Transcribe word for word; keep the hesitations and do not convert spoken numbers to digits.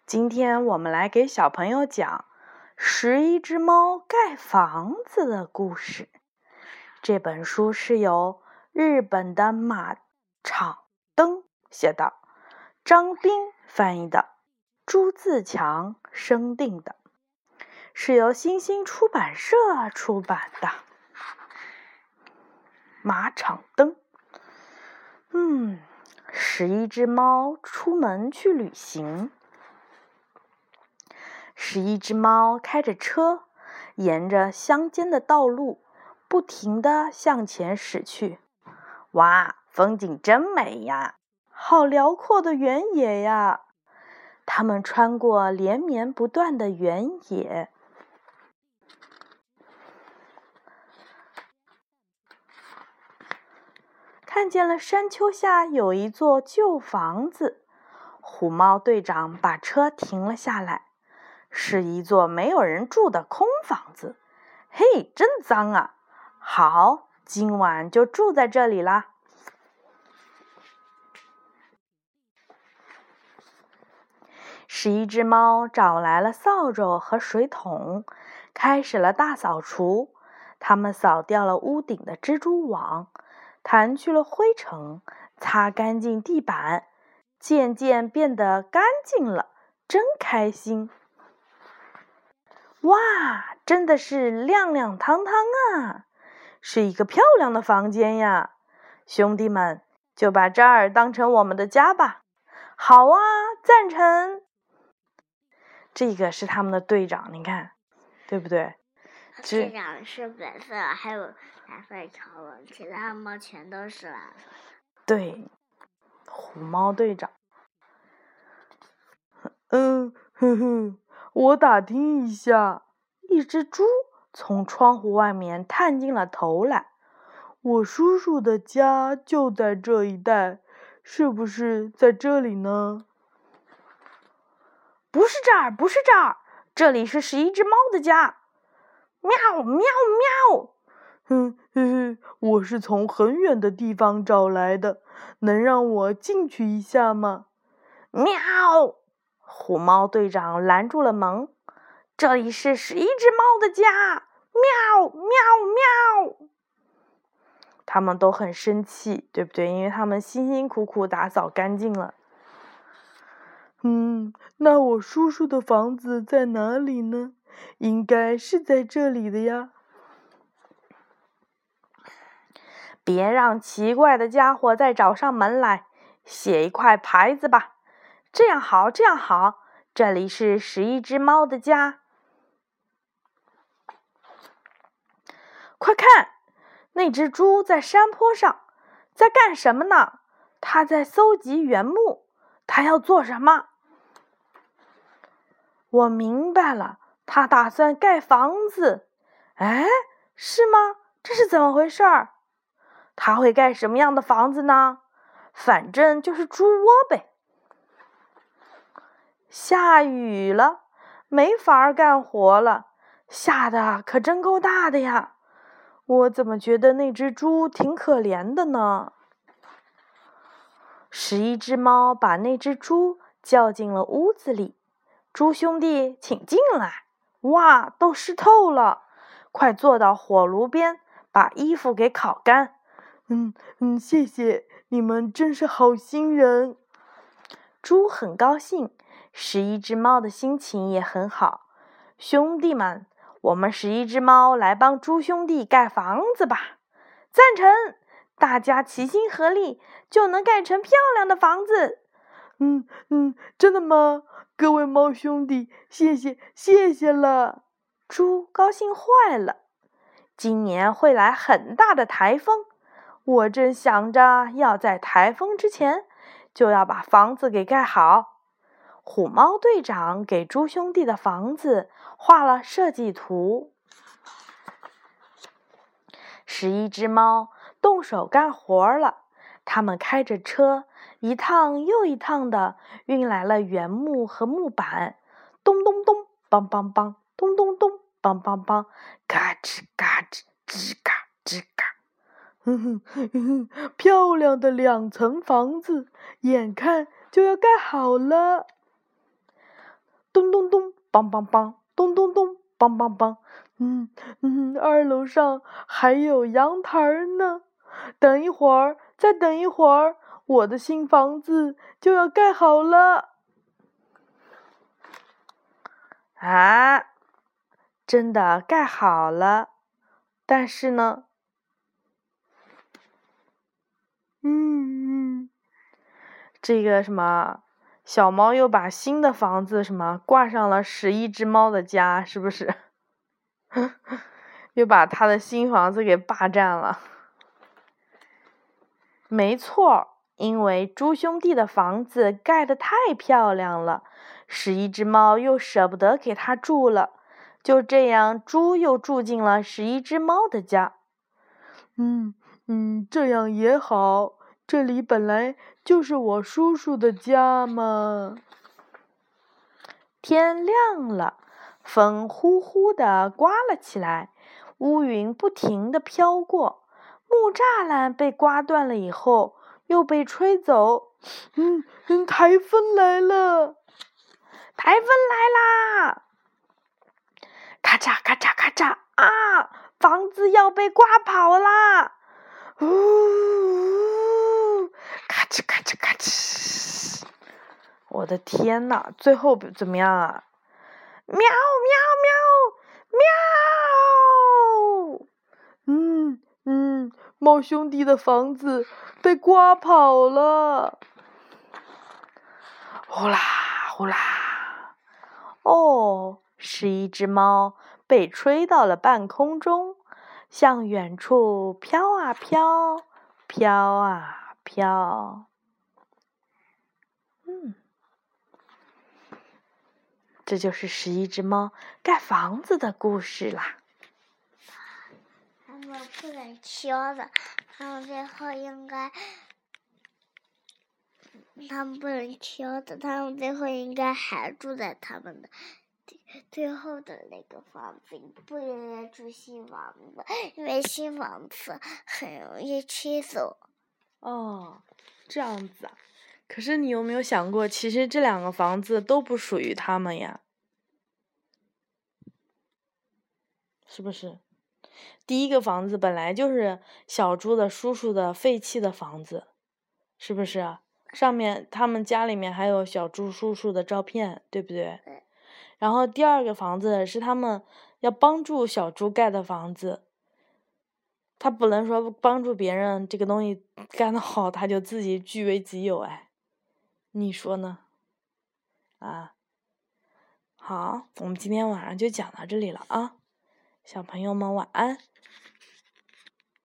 今天我们来给小朋友讲十一只猫盖房子的故事。这本书是由日本的马场灯写的，张斌翻译的，朱自强生订的，是由新星出版社出版的。马场灯，嗯，十一只猫出门去旅行。十一只猫开着车，沿着乡间的道路不停地向前驶去。哇，风景真美呀，好辽阔的原野呀！它们穿过连绵不断的原野，看见了山丘下有一座旧房子。虎猫队长把车停了下来，是一座没有人住的空房子。嘿，真脏啊！好，今晚就住在这里啦。十一只猫找来了扫帚和水桶，开始了大扫除。它们扫掉了屋顶的蜘蛛网，弹去了灰尘，擦干净地板，渐渐变得干净了，真开心。哇，真的是亮亮堂堂啊，是一个漂亮的房间呀！兄弟们，就把这儿当成我们的家吧。好啊，赞成。这个是他们的队长，你看，对不对？ 队长是白色，还有蓝色条纹，其他猫全都是蓝色。 对，虎猫队长。嗯，哼哼，我打听一下，一只猪从窗户外面探进了头来。我叔叔的家就在这一带，是不是在这里呢？不是这儿，不是这儿，这里是十一只猫的家。喵喵喵！哼哼哼，我是从很远的地方找来的，能让我进去一下吗？喵！虎猫队长拦住了门，这里是十一只猫的家。喵喵喵！他们都很生气，对不对？因为他们辛辛苦苦打扫干净了。嗯，那我叔叔的房子在哪里呢？应该是在这里的呀。别让奇怪的家伙再找上门来，写一块牌子吧。这样好，这样好，这里是十一只猫的家。快看，那只猪在山坡上，在干什么呢？它在搜集原木，它要做什么？我明白了，它打算盖房子。哎，是吗？这是怎么回事儿？它会盖什么样的房子呢？反正就是猪窝呗。下雨了，没法干活了，下的可真够大的呀！我怎么觉得那只猪挺可怜的呢？十一只猫把那只猪叫进了屋子里。猪兄弟，请进来！哇，都湿透了，快坐到火炉边，把衣服给烤干。嗯嗯，谢谢，你们真是好心人。猪很高兴，十一只猫的心情也很好。兄弟们，我们十一只猫来帮猪兄弟盖房子吧！赞成！大家齐心合力，就能盖成漂亮的房子。嗯嗯，真的吗？各位猫兄弟，谢谢谢谢了。猪高兴坏了，今年会来很大的台风，我正想着要在台风之前就要把房子给盖好。虎猫队长给猪兄弟的房子画了设计图。十一只猫动手干活了，他们开着车，一趟又一趟地运来了原木和木板，咚咚咚，梆梆梆，咚咚咚，梆梆梆，嘎吱嘎吱，吱嘎吱嘎。哼哼哼哼，漂亮的两层房子，眼看就要盖好了。 咚咚咚，梆梆梆，咚咚咚，梆梆梆。嗯嗯，二楼上还有阳台呢。等一会儿，再等一会儿，我的新房子就要盖好了。啊，真的盖好了，但是呢，嗯嗯，这个什么小猫又把新的房子什么挂上了十一只猫的家，是不是？又把他的新房子给霸占了。没错，因为猪兄弟的房子盖得太漂亮了，十一只猫又舍不得给他住了。就这样，猪又住进了十一只猫的家。嗯嗯，这样也好，这里本来就是我叔叔的家嘛。天亮了，风呼呼地刮了起来，乌云不停地飘过。木栅栏被刮断了以后，又被吹走。嗯嗯，台风来了！台风来啦！咔嚓咔嚓咔嚓啊！房子要被刮跑啦！呜呜！咔哧咔哧咔哧！我的天哪！最后怎么样啊？喵喵喵喵！嗯嗯，猫兄弟的房子被刮跑了。呼啦呼啦！哦，十一只猫被吹到了半空中，向远处飘啊飘，飘啊飘。嗯，这就是十一只猫盖房子的故事啦。 他们不能挑的，他们最后应该，他们不能挑的，他们最后应该还住在他们的最后的那个房子，不应该住新房子，因为新房子很容易吹走。 哦，这样子啊。可是你有没有想过，其实这两个房子都不属于他们呀？是不是？第一个房子本来就是小猪的叔叔的废弃的房子，是不是？上面他们家里面还有小猪叔叔的照片，对不对？ 对。 然后第二个房子是他们要帮助小猪盖的房子，他不能说帮助别人这个东西干得好，他就自己据为己有，哎，你说呢？啊，好，我们今天晚上就讲到这里了啊，小朋友们晚安。